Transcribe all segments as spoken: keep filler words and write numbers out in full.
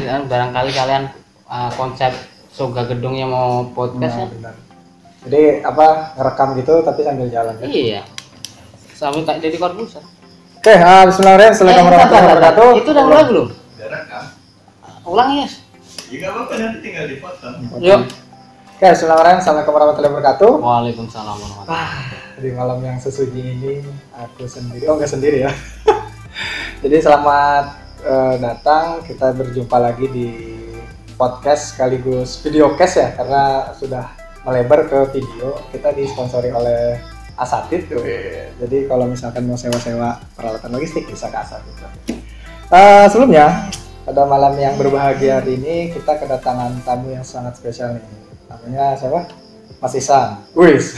dan barangkali kalian uh, konsep Soga Gedungnya mau podcast Nah, ya. benar. Jadi apa ngerekam gitu tapi sambil jalan ya. Iya. Sambil kayak jadi korbuser. Oke, ah, bismillahirrahmanirrahim. Assalamualaikum warahmatullahi wabarakatuh. Itu udah mulai belum? Udah rekam? Ulang ya. Yes. Ya nggak apa-apa, nanti tinggal dipotong. Yuk. Oke, bismillahirrahmanirrahim. Assalamualaikum warahmatullahi wabarakatuh. Waalaikumsalam warahmatullahi Ah, di malam yang sesunyi ini aku sendiri. Oh, enggak sendiri ya. Jadi selamat uh, datang. Kita berjumpa lagi di podcast sekaligus videocast ya, karena sudah melebar ke video. Kita disponsori oleh Asatid. Jadi kalau misalkan mau sewa-sewa peralatan logistik bisa ke Asatid. Uh, sebelumnya pada malam yang berbahagia hari ini kita kedatangan tamu yang sangat spesial nih. Namanya siapa? Mas Ihsan. Wis.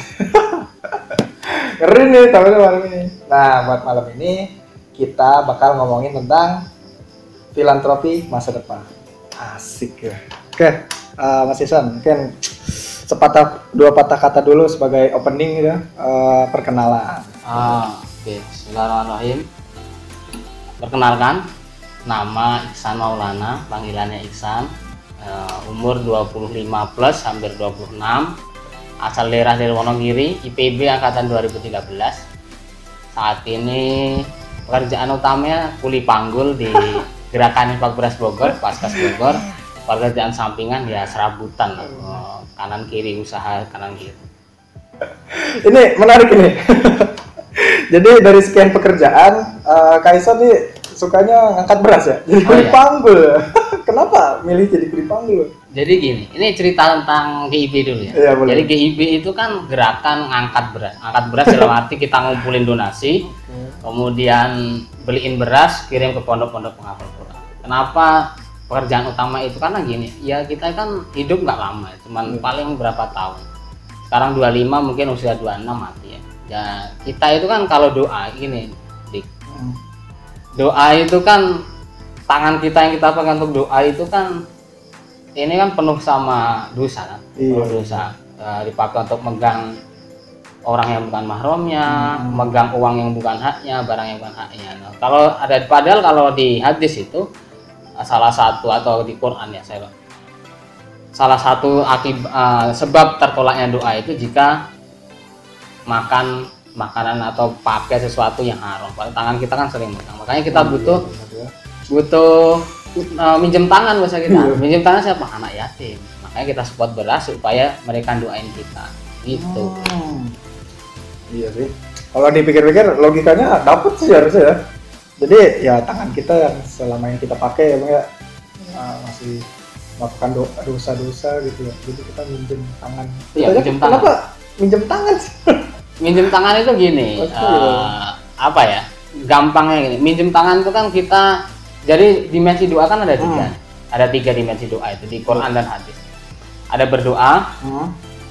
Keren nih tamunya malam ini. Nah, buat malam ini kita bakal ngomongin tentang filantropi masa depan. Asik ya. Oke, uh, Mas Ihsan, mungkin sepatah dua patah kata dulu sebagai opening ya, uh, perkenalan. Ah, oke. Okay. Bismillahirrahmanirrahim. Perkenalkan, nama Ihsan Maulana, panggilannya Ihsan. Uh, umur dua puluh lima plus, hampir dua puluh enam. Asal daerah dari Wonogiri, I P B angkatan dua ribu tiga belas. Saat ini pekerjaan utamanya kuli panggul di Gerakan Infak Beras Bogor, Paskas Bogor. Pekerjaan sampingan ya serabutan, oh, kanan kiri usaha kanan kiri. Ini menarik ini. Jadi dari sekian pekerjaan, uh, Kaisar nih sukanya ngangkat beras ya, jadi kuli Oh, iya. panggul. Kenapa milih jadi kuli panggul? Jadi gini, ini cerita tentang G I B dulu ya. Iya, boleh. Jadi G I B itu kan gerakan ngangkat beras. Angkat beras dalam arti kita ngumpulin donasi, kemudian beliin beras, kirim ke pondok-pondok penghafal Quran. Kenapa pekerjaan utama itu? Karena gini, ya kita kan hidup nggak lama, cuman Hmm. paling berapa tahun. Sekarang dua puluh lima, mungkin usia dua puluh enam mati ya. Ya kita itu kan kalau doa gini, Dik. Hmm. Doa itu kan tangan kita yang kita pegang untuk doa itu kan ini kan penuh sama dosa kan. Iya. Penuh dosa. Uh, dipakai untuk megang orang yang bukan mahramnya, Hmm. megang uang yang bukan haknya, barang yang bukan haknya. Nah, kalau ada padahal kalau di hadis itu uh, salah satu atau di Quran ya saya salah satu akib uh, sebab tertolaknya doa itu jika makan makanan atau pakai sesuatu yang haram. Kalau tangan kita kan sering megang. Makanya kita butuh butuh uh, minjem tangan bahasa kita. Iya. Minjem tangan siapa? Anak yatim. Makanya kita support beras supaya mereka doain kita. Gitu. Hmm. Iya sih. Kalau dipikir-pikir logikanya dapet sih harusnya ya. Jadi ya tangan kita yang selama yang kita pakai emang ya uh, masih melakukan do- dosa-dosa gitu ya. Jadi kita minjem tangan. Iya, Kitanya minjem tangan. Kenapa minjem tangan sih? Minjem tangan itu gini, Maksudnya uh, apa ya? Gampangnya gini. Minjem tangan itu kan kita jadi dimensi doa kan ada tiga. Hmm. Ada tiga dimensi doa itu di Quran dan hadis. Ada berdoa, Hmm.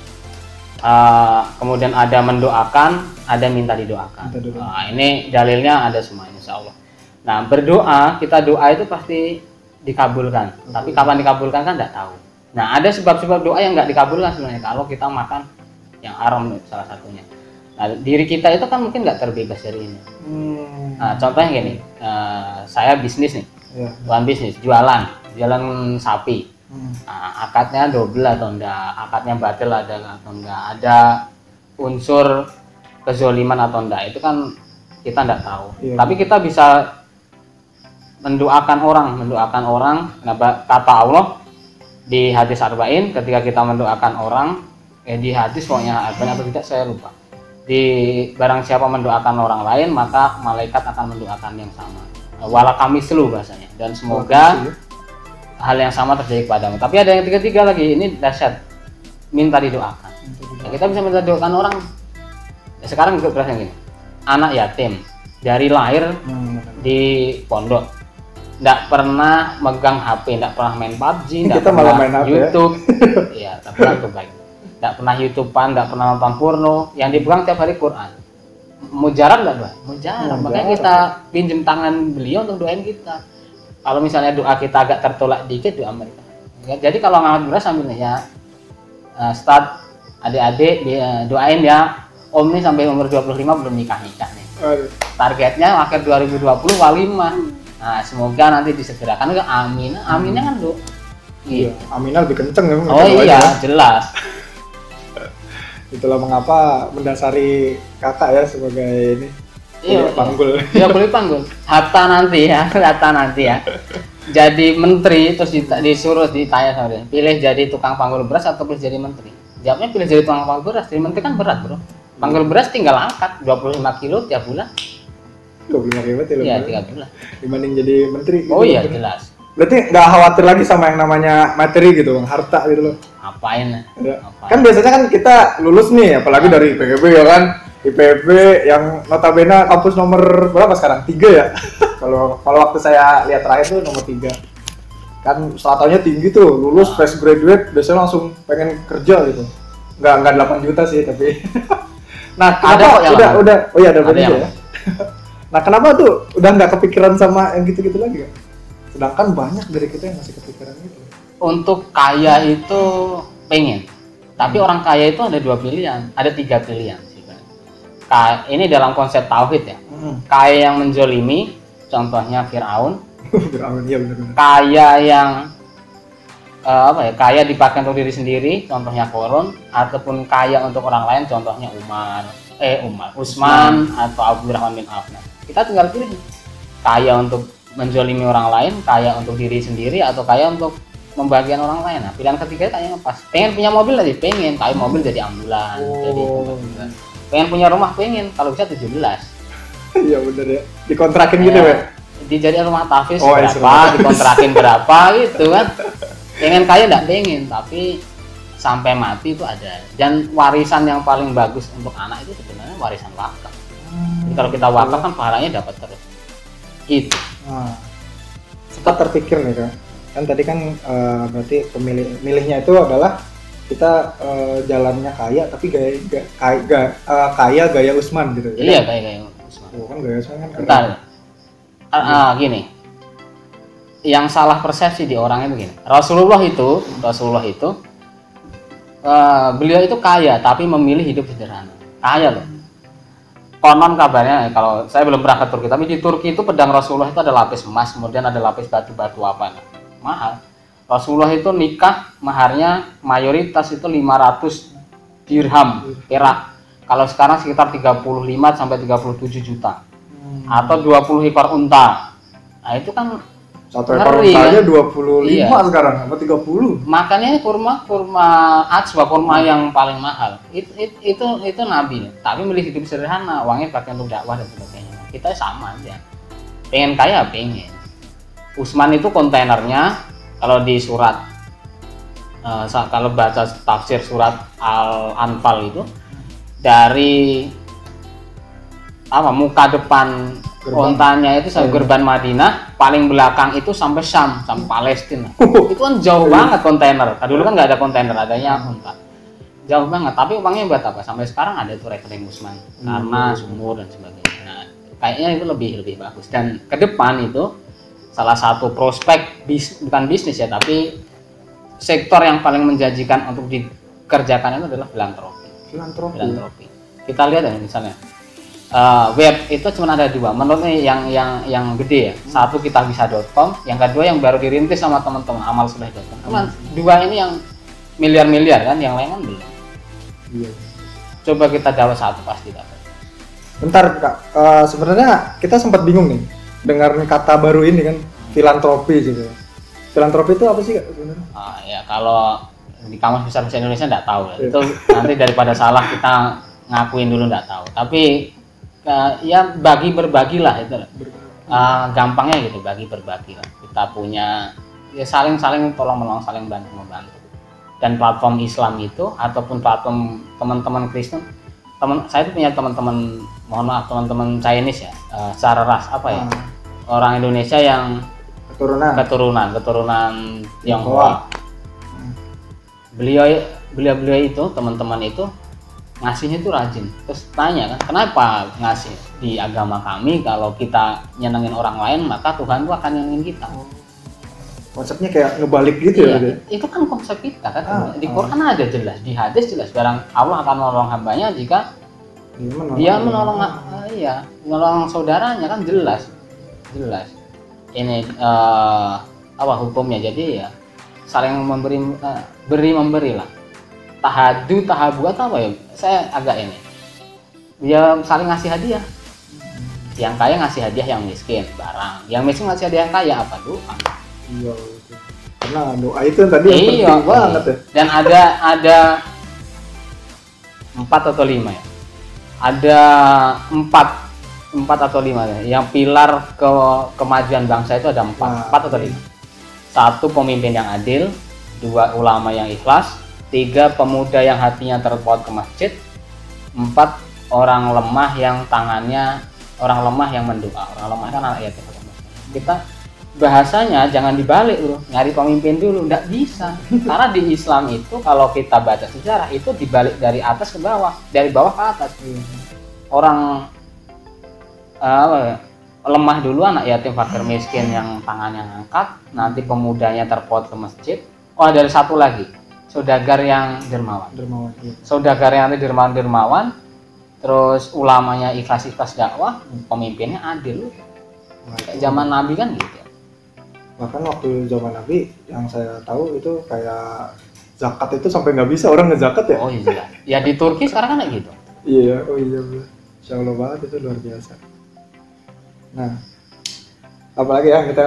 Uh, kemudian ada mendoakan, ada minta didoakan. Minta didoakan. Nah, ini dalilnya ada semuanya, insya Allah. Nah, berdoa, kita doa itu pasti dikabulkan. Hmm. Tapi kapan dikabulkan kan tidak tahu. Nah, ada sebab-sebab doa yang nggak dikabulkan sebenarnya kalau kita makan yang haram salah satunya. Nah, diri kita itu kan mungkin nggak terbebas dari ini. Hmm. Nah, contohnya gini, uh, saya bisnis nih, Ya. bukan bisnis, jualan, jualan sapi. Hmm. Nah, akadnya double atau enggak, akadnya batil ada atau enggak, ada unsur kezoliman atau enggak, itu kan kita enggak tahu. Iya. Tapi kita bisa mendoakan orang, mendoakan orang. Kenapa? Kata Allah di hadis arba'in, ketika kita mendoakan orang, eh di hadis pokoknya arba'in atau tidak saya lupa. Di barang siapa mendoakan orang lain, maka malaikat akan mendoakan yang sama. Wala kamislu bahasanya. Dan semoga hal yang sama terjadi kepadamu. Tapi ada yang tiga-tiga lagi, ini dahsyat. Minta didoakan. Nah, kita bisa minta didoakan orang. Ya, sekarang juga berasa gini. Anak yatim dari lahir Hmm. di pondok, nggak pernah megang H P, nggak pernah main P U B G, nggak Kita malah pernah main H P ya. YouTube, iya, nggak pernah itu baik. Nggak pernah YouTubean, nggak pernah nonton porno. Yang dipegang tiap hari Quran. Mujarab nggak, Pak? Mujarab. Makanya Mujarab. kita pinjem tangan beliau untuk doain kita. Kalau misalnya doa kita agak tertolak dikit, doa mereka. Ya, jadi kalau ngangkat beras sambil ya, uh, start adik-adik dia doain ya, Om nih sampai umur dua puluh lima belum nikah nikah nih. Aduh. Targetnya akhir dua ribu dua puluh walimah. Nah, semoga nanti disegerakan. Amin. Aminnya kan lu. Iya. Aminah lebih kenceng ya. Oh iya, jelas. Itulah mengapa mendasari kakak ya sebagai ini. Iya, panggul. Iya, kulit panggul. Hatta nanti ya, hatta nanti ya. Jadi menteri terus disuruh ditanya sama dia, pilih jadi tukang panggul beras atau pilih jadi menteri? Jawabnya pilih jadi tukang panggul beras. Jadi menteri kan berat, Bro. Panggul beras tinggal angkat dua puluh lima kilo tiap bulan. dua puluh lima kilo tiap bulan. Iya, tiga bulan. Dibanding jadi menteri. Oh gitu, iya, bener. jelas. Berarti nggak khawatir lagi sama yang namanya materi gitu, Bang, harta gitu loh. Ngapain? Ya. Ngapain? Kan biasanya kan kita lulus nih, apalagi dari I P B ya kan. I P B yang notabene kampus nomor berapa sekarang? Tiga ya? Kalau kalau waktu saya lihat terakhir tuh nomor tiga. Kan stratonya tinggi tuh, lulus fresh graduate biasanya langsung pengen kerja gitu. Nggak nggak delapan juta sih tapi. Nah, Ada kenapa kok yang udah lama. udah oh iya ada Ada berarti yang ya. Nah, kenapa tuh udah nggak kepikiran sama yang gitu-gitu lagi ya? Sedangkan banyak dari kita yang masih kepikiran gitu. Untuk kaya itu pengen. Tapi orang kaya itu ada dua pilihan, ada tiga pilihan sih. Ka- ini dalam konsep tauhid ya. Heeh. Kaya yang menzolimi, contohnya Firaun. Berawan iya benar-benar. Kaya yang eh, apa ya? Kaya dipakai untuk diri sendiri, contohnya Korun, ataupun kaya untuk orang lain, contohnya Umar, eh Umar, Utsman atau Abdurrahman bin Auf. Nah, kita tinggal pilih kaya untuk menzolimi orang lain, kaya untuk diri sendiri, atau kaya untuk membagian orang lain. Nah, pilihan ketiga kayaknya pas. Pengen punya mobil lagi, pengen. Tapi mobil jadi ambulan, Oh. jadi ambulan. Pengen punya rumah, pengen. Kalau bisa tujuh belas. Iya benar ya. Dikontrakin gitu ya. Dijadiin rumah tahfiz Oh, berapa, Islam. dikontrakin berapa gitu kan. Pengen kaya enggak pengen, tapi sampai mati itu ada. Dan warisan yang paling bagus untuk anak itu sebenarnya warisan wakaf. Jadi kalau kita wakaf kan pahalanya dapat terus. Gitu. Nah, sempat terpikir nih kan. Kan tadi kan eh, berarti pemilih milihnya itu adalah kita eh, jalannya kaya tapi gaya ga- kaya, ga- eh, kaya gaya Usman gitu. Ya Iya kan? kayak kayak Usman. Oh, kan gaya Usman kan keren. Bentar. Ah, ah, gini. Yang salah persepsi di orang itu gini. Rasulullah itu, Rasulullah itu eh, beliau itu kaya tapi memilih hidup sederhana. Kaya loh. Konon kabarnya, kalau saya belum pernah ke Turki, tapi di Turki itu pedang Rasulullah itu ada lapis emas, kemudian ada lapis batu-batu apa, nah, mahal. Rasulullah itu nikah maharnya mayoritas itu lima ratus dirham perak. Kalau sekarang sekitar tiga puluh lima sampai tiga puluh tujuh juta. Hmm. Atau dua puluh ekor unta. Nah, itu kan Satu ekor ngeri, untanya kan? dua puluh lima Iya. sekarang, apa tiga puluh? makanya kurma kurma ajwa kurma yang paling mahal itu itu itu, itu nabi, tapi milih hidup sederhana, uangnya pakai untuk dakwah dan sebagainya. Kita sama aja, pengen kaya pengen. Utsman itu kontainernya kalau di surat eh, sa- kalau baca tafsir surat Al-Anfal itu dari apa muka depan Gerbang. ontanya itu sampai Iya. gerbang Madinah, paling belakang itu sampai Syam, sampai Palestina. Itu kan jauh banget kontainer. Nah, dulu kan nggak ada kontainer, adanya onta. Jauh banget. Tapi uangnya buat apa? Sampai sekarang ada tuh rekening Utsman karena sumur dan sebagainya. Nah, kayaknya itu lebih lebih bagus. Dan ke depan itu salah satu prospek bis, bukan bisnis ya, tapi sektor yang paling menjanjikan untuk dikerjakan itu adalah filantropi. Filantropi. Filantropi. Kita lihat ya misalnya. Uh, web itu cuma ada dua menurutnya yang yang yang gede ya. Satu kitabisa dot com, yang kedua yang baru dirintis sama teman-teman amalsoleh dot com. Cuma dua ini yang miliar-miliar kan, yang lain kan belum. Iya. Coba kita dapat satu pasti dapat. Bentar Kak, Eh, sebenarnya kita sempat bingung nih dengar kata baru ini kan, filantropi gitu. Filantropi itu apa sih Kak sebenarnya? Ah, ya kalau di kamus besar bahasa Indonesia enggak tahu ya. Iya. Itu nanti daripada salah kita ngakuin dulu enggak tahu. Tapi uh, ya bagi berbagilah itu. Uh, gampangnya gitu, bagi berbagi lah. Kita punya ya saling-saling tolong menolong, saling bantu membantu. Dan platform Islam itu ataupun platform teman-teman Kristen, teman saya itu punya teman-teman, mohon maaf teman-teman Chinese ya, uh, secara ras apa ya, Ah, orang Indonesia yang keturunan. keturunan keturunan Tionghoa. Tionghoa. Beliau beliau beliau itu teman-teman itu ngasihnya itu rajin. Terus tanya kan, kenapa ngasih? Di agama kami kalau kita nyenengin orang lain maka Tuhan tuh akan nyenengin kita. Konsepnya kayak ngebalik gitu ya. Iya, Dek? itu kan konsep kita kan. Ah, Di ah. Quran ada jelas, di hadis jelas, barang Allah akan menolong hambanya jika Dia menolong. dia menolong ah, iya, menolong saudaranya kan jelas. Jelas. ini uh, apa hukumnya, jadi ya saling memberi uh, beri memberi lah, tahadu tahabu atau apa ya, saya agak ini dia saling ngasih hadiah, yang kaya ngasih hadiah yang miskin barang, yang miskin ngasih hadiah yang kaya apa doa. Iya itu. Karena doa itu tadi yang Iya, penting banget ya. Dan ada ada empat atau lima ya, ada empat empat atau lima ya. Yang pilar ke kemajuan bangsa itu ada empat, Nah, empat atau lima. Satu, pemimpin yang adil. Dua, ulama yang ikhlas. Tiga, pemuda yang hatinya terpaut ke masjid. Empat, orang lemah yang tangannya orang lemah yang mendoa. Orang lemah kan anak yatim. Kita bahasanya jangan dibalik bro, nyari pemimpin dulu, nggak bisa. Karena di Islam itu kalau kita baca sejarah itu dibalik dari atas ke bawah, dari bawah ke atas. Orang uh, lemah dulu, anak yatim fakir miskin yang tangannya ngangkat, nanti pemudanya terpaut ke masjid. Oh, dari satu lagi, saudagar yang dermawan. Dermawan. Iya. Saudagar yang dermawan dermawan, terus ulamanya ikhlas-ikhlas dakwah, pemimpinnya adil. Nah, Kayak itu. zaman Nabi kan gitu. Bahkan waktu zaman Nabi yang saya tahu itu kayak zakat itu sampai nggak bisa orang ngezakat ya. Oh iya. Ya di Turki sekarang kan kayak gitu. Iya, oh iya bener. Insya Allah banget itu luar biasa. Nah, apalagi yang kita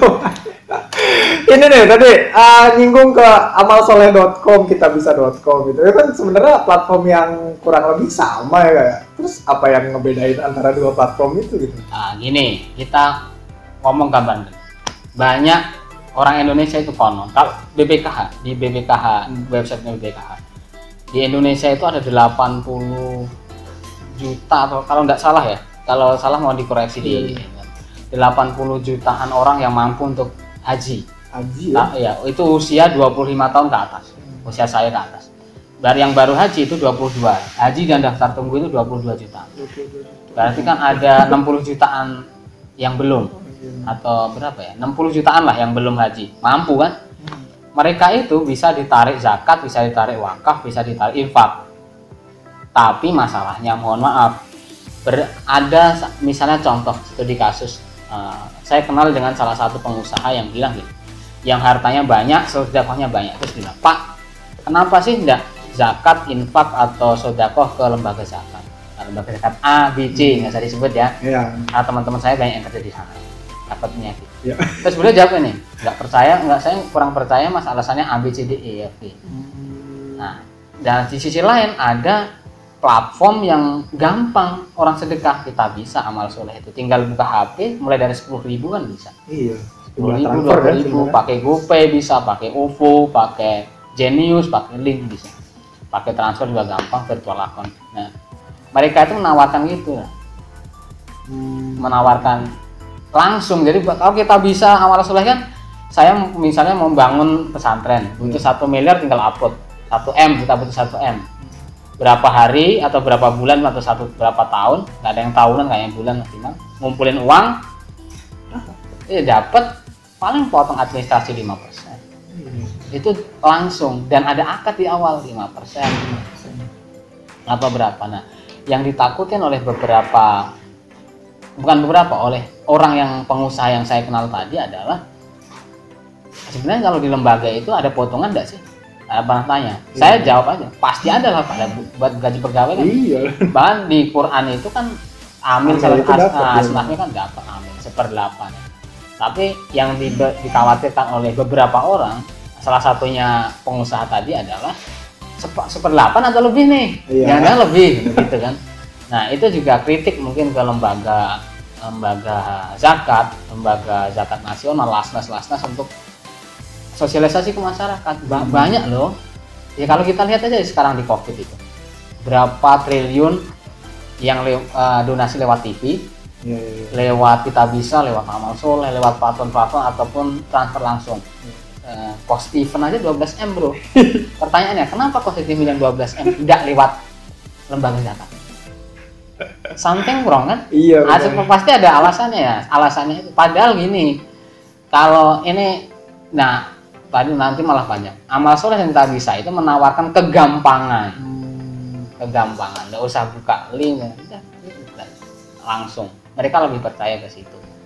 ini nih tadi uh, nyinggung ke amalsoleh dot com, kitabisa dot com gitu. Itu kan sebenarnya platform yang kurang lebih sama ya kayak. Terus apa yang ngebedain antara dua platform itu gitu? Nah, gini, kita ngomong gambaran. Banyak orang Indonesia itu konon. Kalau B B K H, di B B K H, hmm. website B B K H. Di Indonesia itu ada delapan puluh juta atau kalau nggak salah ya. Kalau salah mau dikoreksi di hmm. delapan puluh jutaan orang yang mampu untuk haji. Haji ya? Nah, ya, itu usia dua puluh lima tahun ke atas. Usia saya ke atas. Dari yang baru haji itu dua puluh dua. Haji dan daftar tunggu itu dua puluh dua juta. Berarti kan ada enam puluh jutaan yang belum. Atau berapa ya? enam puluh jutaan lah yang belum haji. Mampu kan? Mereka itu bisa ditarik zakat, bisa ditarik wakaf, bisa ditarik infak. Tapi masalahnya, mohon maaf, ber, ada misalnya contoh studi kasus. Uh, saya kenal dengan salah satu pengusaha yang bilang gitu, yang hartanya banyak, sedekahnya banyak. Terus bilang, Pak, kenapa sih enggak zakat, infak atau sedekah ke lembaga zakat? Nah, lembaga zakat A, B, C, nggak usah disebut ya. Iya. Nah, teman-teman saya banyak yang kerja di sana, dapat penyakit. Ya. Terus beliau jawab ini, nggak percaya, nggak, saya kurang percaya mas, alasannya A, B, C, D, E, F, G. Nah, dan di sisi lain ada platform yang gampang orang sedekah, kita bisa amal soleh itu tinggal buka H P mulai dari sepuluh ribu kan bisa. Iya. sepuluh ribu, dua puluh ribu, pakai GoPay bisa, pakai O V O, pakai Genius, pakai Link bisa, pakai transfer juga gampang, virtual account. Nah, mereka itu menawarkan gitu, hmm. menawarkan langsung. Jadi kalau kita bisa amal soleh kan, saya misalnya membangun pesantren, butuh satu miliar tinggal upload satu M, kita butuh satu M. Berapa hari atau berapa bulan atau satu berapa tahun, nggak ada yang tahunan, nggak yang bulan maksimal, ngumpulin uang, eh dapat paling potong administrasi lima persen. Itu langsung, dan ada akad di awal lima persen atau berapa. Nah, yang ditakutin oleh beberapa, bukan beberapa, oleh orang yang pengusaha yang saya kenal tadi adalah, sebenarnya kalau di lembaga itu ada potongan enggak sih? Ada pernah tanya. Iya. Saya jawab aja, pasti ada lah pada buat gaji pegawai kan. Iya. Bahkan di Quran itu kan amil salah asnafnya kan dapat amil seperdelapan. Tapi yang di, dikhawatirkan oleh beberapa orang, salah satunya pengusaha tadi adalah seperdelapan atau lebih nih, iya. Jangan lebih gitu kan. Nah itu juga kritik mungkin ke lembaga lembaga zakat, lembaga zakat nasional, lasnas lasnas untuk sosialisasi ke masyarakat. Ba- hmm. Banyak loh. Ya kalau kita lihat aja sekarang di COVID itu, berapa triliun yang le- uh, donasi lewat T V, ya, ya, ya. lewat kitabisa, lewat amal soleh, lewat platform-platform ataupun transfer langsung. Ya. Uh, cost event aja dua belas M bro. Pertanyaannya, kenapa cost event yang dua belas M tidak lewat lembaga zakat? Something wrong kan? Iya. Ada, pasti ada alasannya ya. Alasannya itu. Padahal gini, kalau ini, nah tadi nanti malah panjang. Amal soleh yang kita bisa itu menawarkan kegampangan, hmm. kegampangan. Nggak usah buka link, udah, langsung. Mereka lebih percaya ke situ.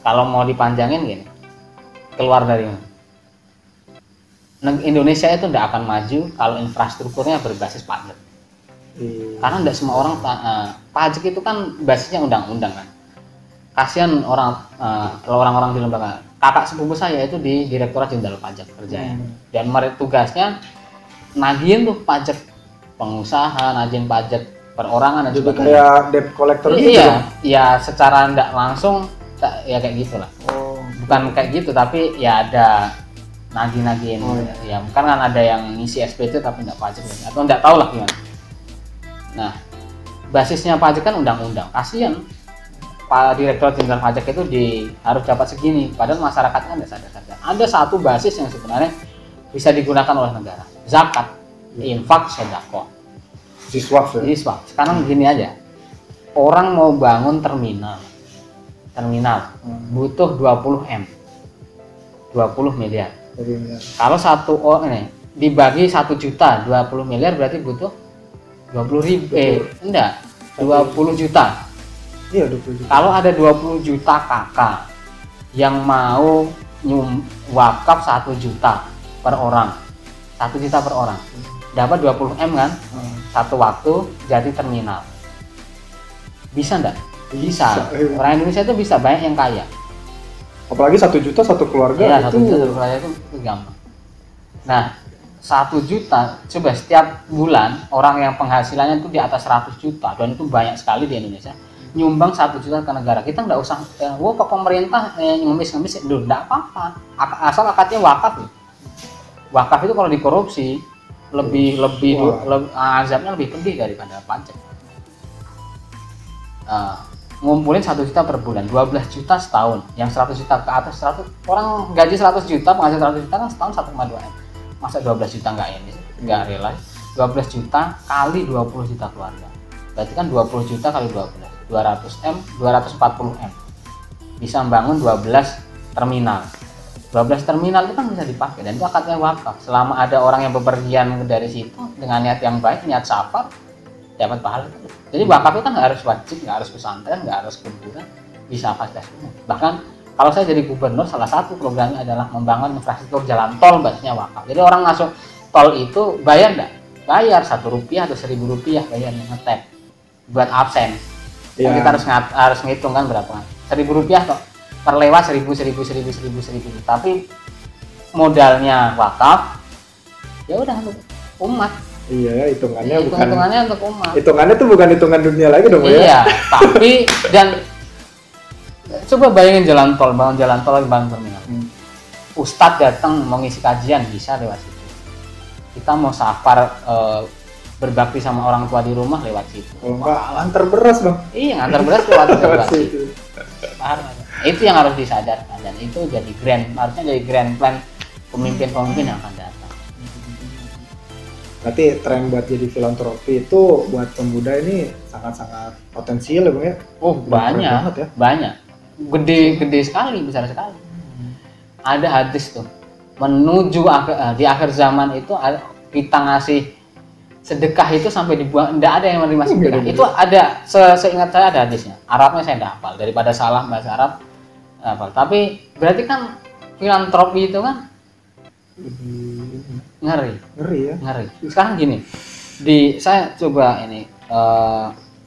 kalau mau dipanjangin gini, keluar dari mana? Indonesia itu tidak akan maju kalau infrastrukturnya berbasis pajak. Iya. Karena tidak semua orang uh, pajak itu kan basisnya undang-undang kan. Kasihan orang uh, orang-orang di lembaga. Kakak sepupu saya itu di Direktorat Jenderal Pajak kerjanya. Hmm. Dan mereka tugasnya nagihin tuh pajak pengusaha, nagihin pajak perorangan dan juga sebagainya. Kayak debt collector gitu. Iya, ya secara tidak langsung ya kayak gitulah. Oh. Bukan kayak gitu tapi ya ada nagih-nagihin. Oh, iya. Ya bukan kan ada yang ngisi S P T tapi tidak pajak atau tidak tahu lah gimana. Nah, basisnya pajak kan undang-undang. Kasihan Pak Direktur Jenderal Pajak itu di harus dapat segini, padahal masyarakatnya tidak sadar-sadar. Ada satu basis yang sebenarnya bisa digunakan oleh negara, zakat, infak, sedekah. Siswaf ya. Siswaf. Sekarang gini aja, orang mau bangun terminal, terminal hmm. butuh dua puluh M, dua puluh miliar. Kalau satu oh ini dibagi satu juta, dua puluh miliar berarti butuh dua puluh ribu, eh enggak, dua puluh juta. Iya, dua puluh juta. Kalau ada dua puluh juta kakak yang mau nyum wakaf satu juta per orang, satu juta per orang, dapat dua puluh M kan? Hmm. Satu waktu jadi terminal. Bisa enggak? Bisa. bisa. Orang Indonesia itu bisa, banyak yang kaya. Apalagi satu juta satu keluarga ya, itu. satu juta satu keluarga itu, itu gampang. Nah, satu juta, coba setiap bulan orang yang penghasilannya itu di atas seratus juta dan itu banyak sekali di Indonesia. Nyumbang satu juta ke negara, kita nggak usah eh, wah ke pemerintah eh, ngemis-ngemis, loh nggak apa-apa, asal akadnya wakaf loh. Wakaf itu kalau dikorupsi lebih lebih le, azabnya lebih pedih daripada pajak. Uh, ngumpulin satu juta per bulan, dua belas juta setahun, yang seratus juta ke atas, seratus orang gaji seratus juta, penghasilan seratus juta kan setahun satu koma dua M, masa dua belas juta nggak ini, nggak rela, dua belas juta kali dua puluh juta keluarga, berarti kan dua puluh juta kali dua belas, dua ratus M, dua ratus empat puluh M, bisa membangun dua belas terminal, dua belas terminal itu kan bisa dipakai dan itu akadnya wakaf, selama ada orang yang bepergian dari situ dengan niat yang baik, niat safar, dapat pahala. Jadi wakaf itu kan nggak harus wajib, nggak harus pesantren, nggak harus kuburan, bisa fasilitas umum. Bahkan kalau saya jadi gubernur, salah satu programnya adalah membangun infrastruktur jalan tol, basisnya wakaf. Jadi orang masuk tol itu bayar nggak? Bayar satu rupiah atau seribu rupiah bayar ngetep buat absen. Ya. Kita harus ngat, harus ngitung kan berapa? Seribu rupiah kok per lewat seribu seribu seribu seribu seribu. Tapi modalnya wakaf, ya udah untuk umat. Iya, hitungannya ya, bukan hitungannya untuk umat. Hitungannya tuh bukan hitungan dunia lagi dong iya, ya. Iya, tapi dan coba bayangin jalan tol, bangun jalan tol lagi bangun terminal. Hmm. Ustadz datang mau ngisi kajian bisa lewat situ. Kita mau safar e, berbakti sama orang tua di rumah lewat situ. Oh, enggak, antar beras dong. Iya, antar beras lewat, lewat situ. Itu yang harus disadarkan dan itu jadi grand, harusnya jadi grand plan pemimpin-pemimpin yang akan datang. Berarti tren buat jadi filantropi itu buat pemuda ini sangat-sangat potensial ya Bang ya? Oh banyak, ya? banyak, gede-gede sekali, besar sekali. Hmm. Ada hadis tuh, menuju akhir, di akhir zaman itu kita ngasih sedekah itu sampai dibuang, tidak ada yang menerima sedekah. Itu ada, se seingat saya ada hadisnya. Arabnya saya tidak hafal, daripada salah bahasa Arab hafal. Tapi berarti kan filantropi itu kan ngeri, ngeri ya, ngeri. Sekarang gini, di saya coba ini uh,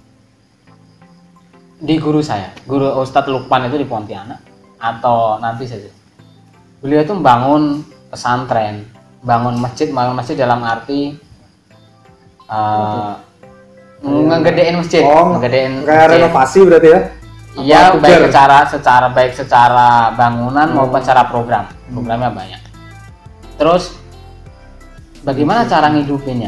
di guru saya, guru Ustadz Lukman itu di Pontianak atau nanti saja, beliau itu membangun pesantren, bangun masjid, bangun masjid dalam arti uh, ngegedein masjid, oh, ngegedein kayak masjid. Renovasi berarti ya? Iya, baik secara secara baik secara bangunan hmm. maupun secara program, programnya hmm. banyak. Terus bagaimana cara ngidupinnya?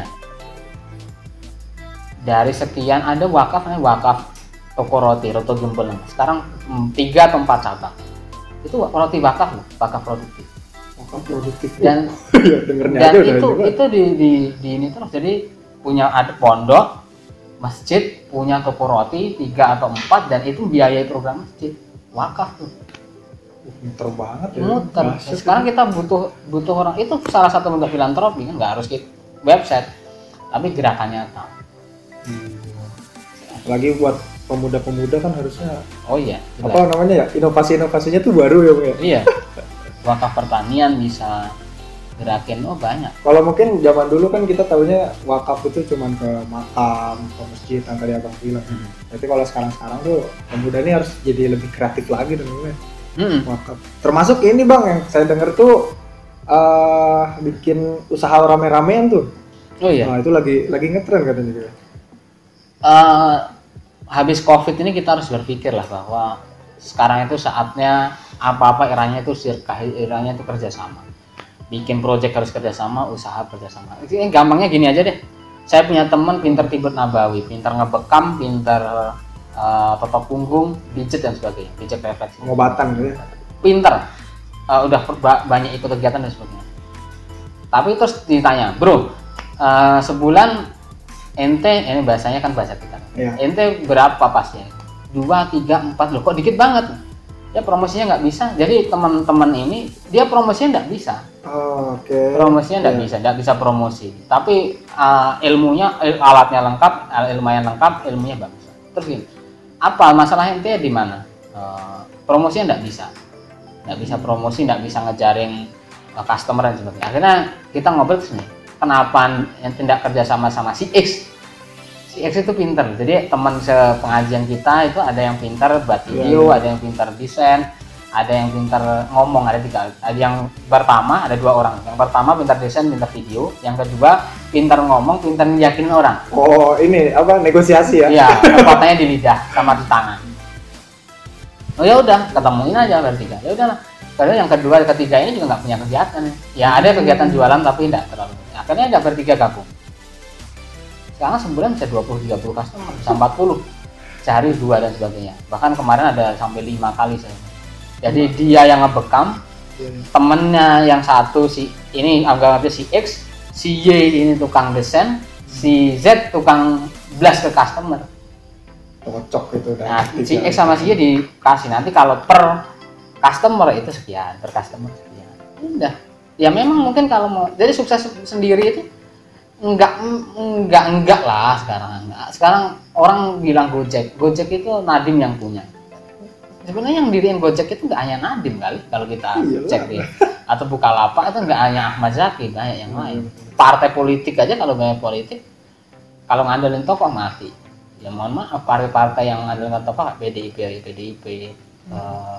Dari sekian ada wakaf, wakaf toko roti, Roto Gempol. Sekarang tiga atau empat cabang. Itu roti wakaf loh, wakaf produktif. Wakaf produktif. Dan ya, dan itu itu di, di di ini terus. Jadi punya ada pondok, masjid, punya toko roti tiga atau empat dan itu biayai program masjid. Wakaf tuh. Muter banget ya. Muter. Nah, sekarang kita butuh butuh orang, itu salah satu bentuk filantropi kan, nggak harus kita website, tapi gerakannya nyata. Hmm. Apalagi buat pemuda-pemuda kan harusnya Oh iya. apa jelas. namanya ya, inovasi-inovasinya tuh baru ya Bang ya. Iya. Wakaf pertanian bisa gerakin oh banyak. Kalau mungkin zaman dulu kan kita tahunya wakaf itu cuman ke makam, ke masjid yang tadi abang bilang. Hmm. Tapi kalau sekarang-sekarang tuh pemuda ini harus jadi lebih kreatif lagi dengan Hmm. wakaf. Termasuk ini bang yang saya dengar tuh uh, bikin usaha rame-ramean tuh. Oh iya. Nah itu lagi lagi ngetren katanya juga. Uh, habis COVID ini kita harus berpikir lah bahwa sekarang itu saatnya apa-apa eranya itu sirkah, eranya itu kerjasama. Bikin project harus kerjasama, usaha kerjasama. Ini gampangnya gini aja deh. Saya punya teman pinter tibet nabawi, pinter ngebekam, pinter uh, totok punggung, pijet dan sebagainya, pijet refleksi. Pengobatan gitu ya. Pinter, uh, udah perba- banyak ikut kegiatan dan sebagainya. Tapi terus ditanya, bro, uh, sebulan ente, ini bahasanya kan bahasa kita. Iya. Ente berapa pasnya? Dua, tiga, empat, loh kok dikit banget? Ya promosinya nggak bisa. Jadi teman-teman ini dia promosinya nggak bisa. Oh, oke. Okay. Promosinya nggak Iya. bisa, nggak bisa promosi. Tapi uh, ilmunya, il- alatnya lengkap, ilmunya lengkap, ilmunya bagus. Terus gini, apa masalah ente di mana? Uh, promosinya nggak bisa, nggak bisa promosi, nggak bisa ngejaring uh, customer dan sebagainya. Akhirnya kita ngobrol terus nih, kenapa ente tidak kerja sama sama si X? Si X itu pinter. Jadi teman sepengajian kita itu ada yang pinter buat video, Iya, iya. ada yang pinter desain, ada yang pintar ngomong, ada tiga. Ada yang pertama ada dua orang. Yang pertama pintar desain, pintar video. Yang kedua pintar ngomong, pintar yakinin orang. Oh ini apa negosiasi ya? Iya, kekuatannya di lidah sama di tangan. Oh ya udah, ketemuin aja bertiga. Ya udahlah. Karena yang kedua, ketiga ini juga nggak punya kegiatan. Ya ada kegiatan jualan tapi tidak terlalu. Akhirnya ada bertiga gabung. Sekarang sebulan bisa dua puluh tiga puluh customer, bisa empat puluh. Sehari dua dan sebagainya. Bahkan kemarin ada sampai lima kali saya. Jadi dia yang ngebekam, temennya yang satu si ini anggapnya si X, si Y ini tukang desain, si Z tukang blast ke customer. Cocok itu udah. Nah, si tiga. X sama si Y dikasih nanti kalau per customer itu sekian, per customer sekian. Udah. Ya memang mungkin kalau mau jadi sukses sendiri itu enggak enggak enggak lah sekarang. Enggak. Sekarang orang bilang Gojek, Gojek itu Nadiem yang punya. Sebenarnya yang diriin Gojek itu nggak hanya Nadiem kali kalau kita Iyalah. cek dia, atau Bukalapak itu nggak hanya Ahmad Zaki, banyak yang lain. Partai politik aja kalau banyak politik, kalau ngandelin tokoh mati. Ya mohon maaf, partai-partai yang ngandelin tokoh P D I P, P D I P, eh,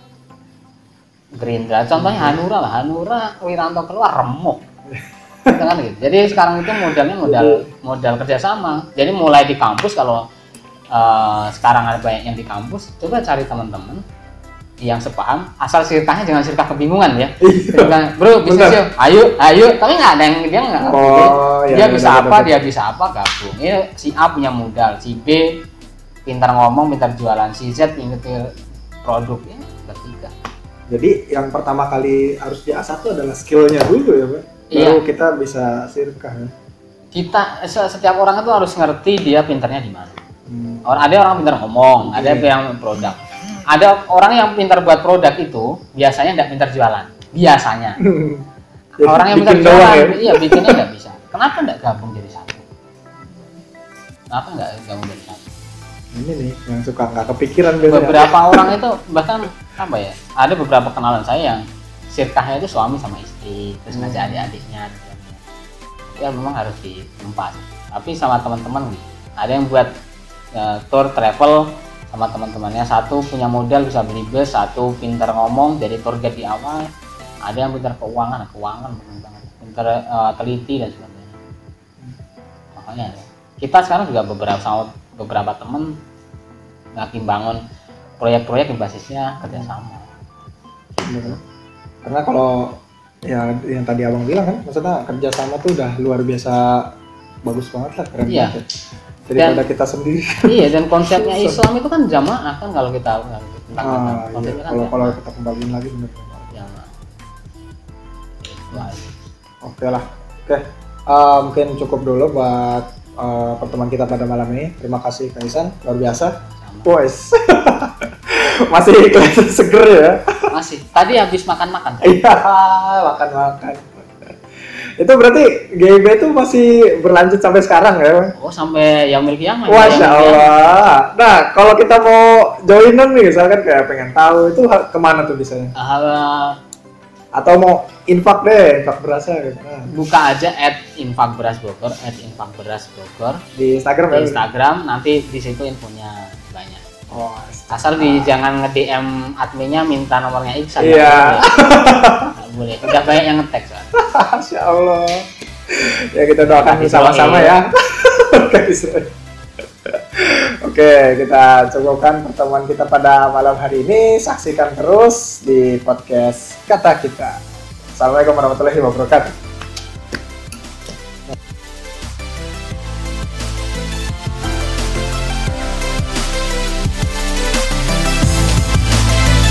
Gerindra. Contohnya Hanura lah, Hanura Wiranto keluar remuk. Kan gitu. Jadi sekarang itu modalnya modal modal kerjasama. Jadi mulai di kampus kalau Uh, sekarang ada banyak yang di kampus, coba cari teman-teman yang sepaham, asal sirkahnya jangan sirkah kebingungan ya. Sirkah, bro bisnis yuk, ayo, ayo, tapi nggak ada yang dia nggak ngerti. Oh, dia ya, bisa benar, apa, benar. dia bisa apa gabung. Ini si A punya modal, si B pintar ngomong, pintar jualan, si Z pintar produk, ya bertiga. Jadi yang pertama kali harus diasah itu adalah skillnya dulu ya Pak. Baru Iya. kita bisa sirkah ya. Kita setiap orang itu harus ngerti dia pintarnya di mana. Hmm. Orang ada orang pintar ngomong, ada Oke. yang produk. Ada orang yang pintar buat produk itu biasanya nggak pintar jualan. Biasanya. Jadi orang yang pintar bikin doang jualan, ya? iya bikinnya nggak bisa. Kenapa nggak gabung jadi satu? Kenapa nggak gabung jadi satu? Ini nih yang suka nggak kepikiran biasanya. Beberapa orang itu bahkan apa ya? Ada beberapa kenalan saya yang sirkahnya itu suami sama istri, terus ngajak adik-adiknya. Ya memang harus ditempat. Tapi sama teman-teman nih, ada yang buat ya, tour travel sama teman-temannya, satu punya modal bisa beli bus, satu pintar ngomong jadi tour guide di awal, ada yang pintar keuangan, keuangan banget, pintar uh, teliti dan sebagainya. Makanya kita sekarang juga beberapa sama beberapa teman lagi bangun proyek-proyek yang basisnya kerjasama. Bener. Karena kalau ya yang tadi abang bilang kan, maksudnya kerjasama tuh udah luar biasa bagus banget lah, keren Iya. banget. Ya. Daripada kita sendiri. Iya, dan konsepnya Islam itu kan jamaah kan kalau kita tentang Ah, konsepnya iya. kan Kalau kalau jamaah. kita kembaliin lagi bener. Jamaah. Wah, Oke lah. Oke. Eh, mungkin cukup dulu buat eh, pertemuan kita pada malam ini. Terima kasih Kaisan, luar biasa. sama. Boys. Masih kelihatan seger ya. Masih. Tadi habis makan-makan. Iya, makan-makan. Itu berarti G I B itu masih berlanjut sampai sekarang ya? Oh, sampai yaumil qiyamah. Masya Allah. Nah, kalau kita mau joinan nih, misalkan kayak pengen tahu itu ha- kemana tuh biasanya? Uh, Atau mau infak deh, infak berasa gitu. Nah, buka aja at infak beras Bogor, at infak beras Bogor di Instagram di ya? Instagram, nanti di situ infonya banyak. Oh, Asal di jangan nge-D M adminnya minta nomornya Iksan. iya. Nggak boleh. Udah banyak yang nge-tag soalnya. Masya Allah. Ya kita doakan Kasih bersama-sama doain. ya. Oke, kita cukupkan pertemuan kita pada malam hari ini. Saksikan terus di podcast Kata Kita. Assalamualaikum warahmatullahi wabarakatuh.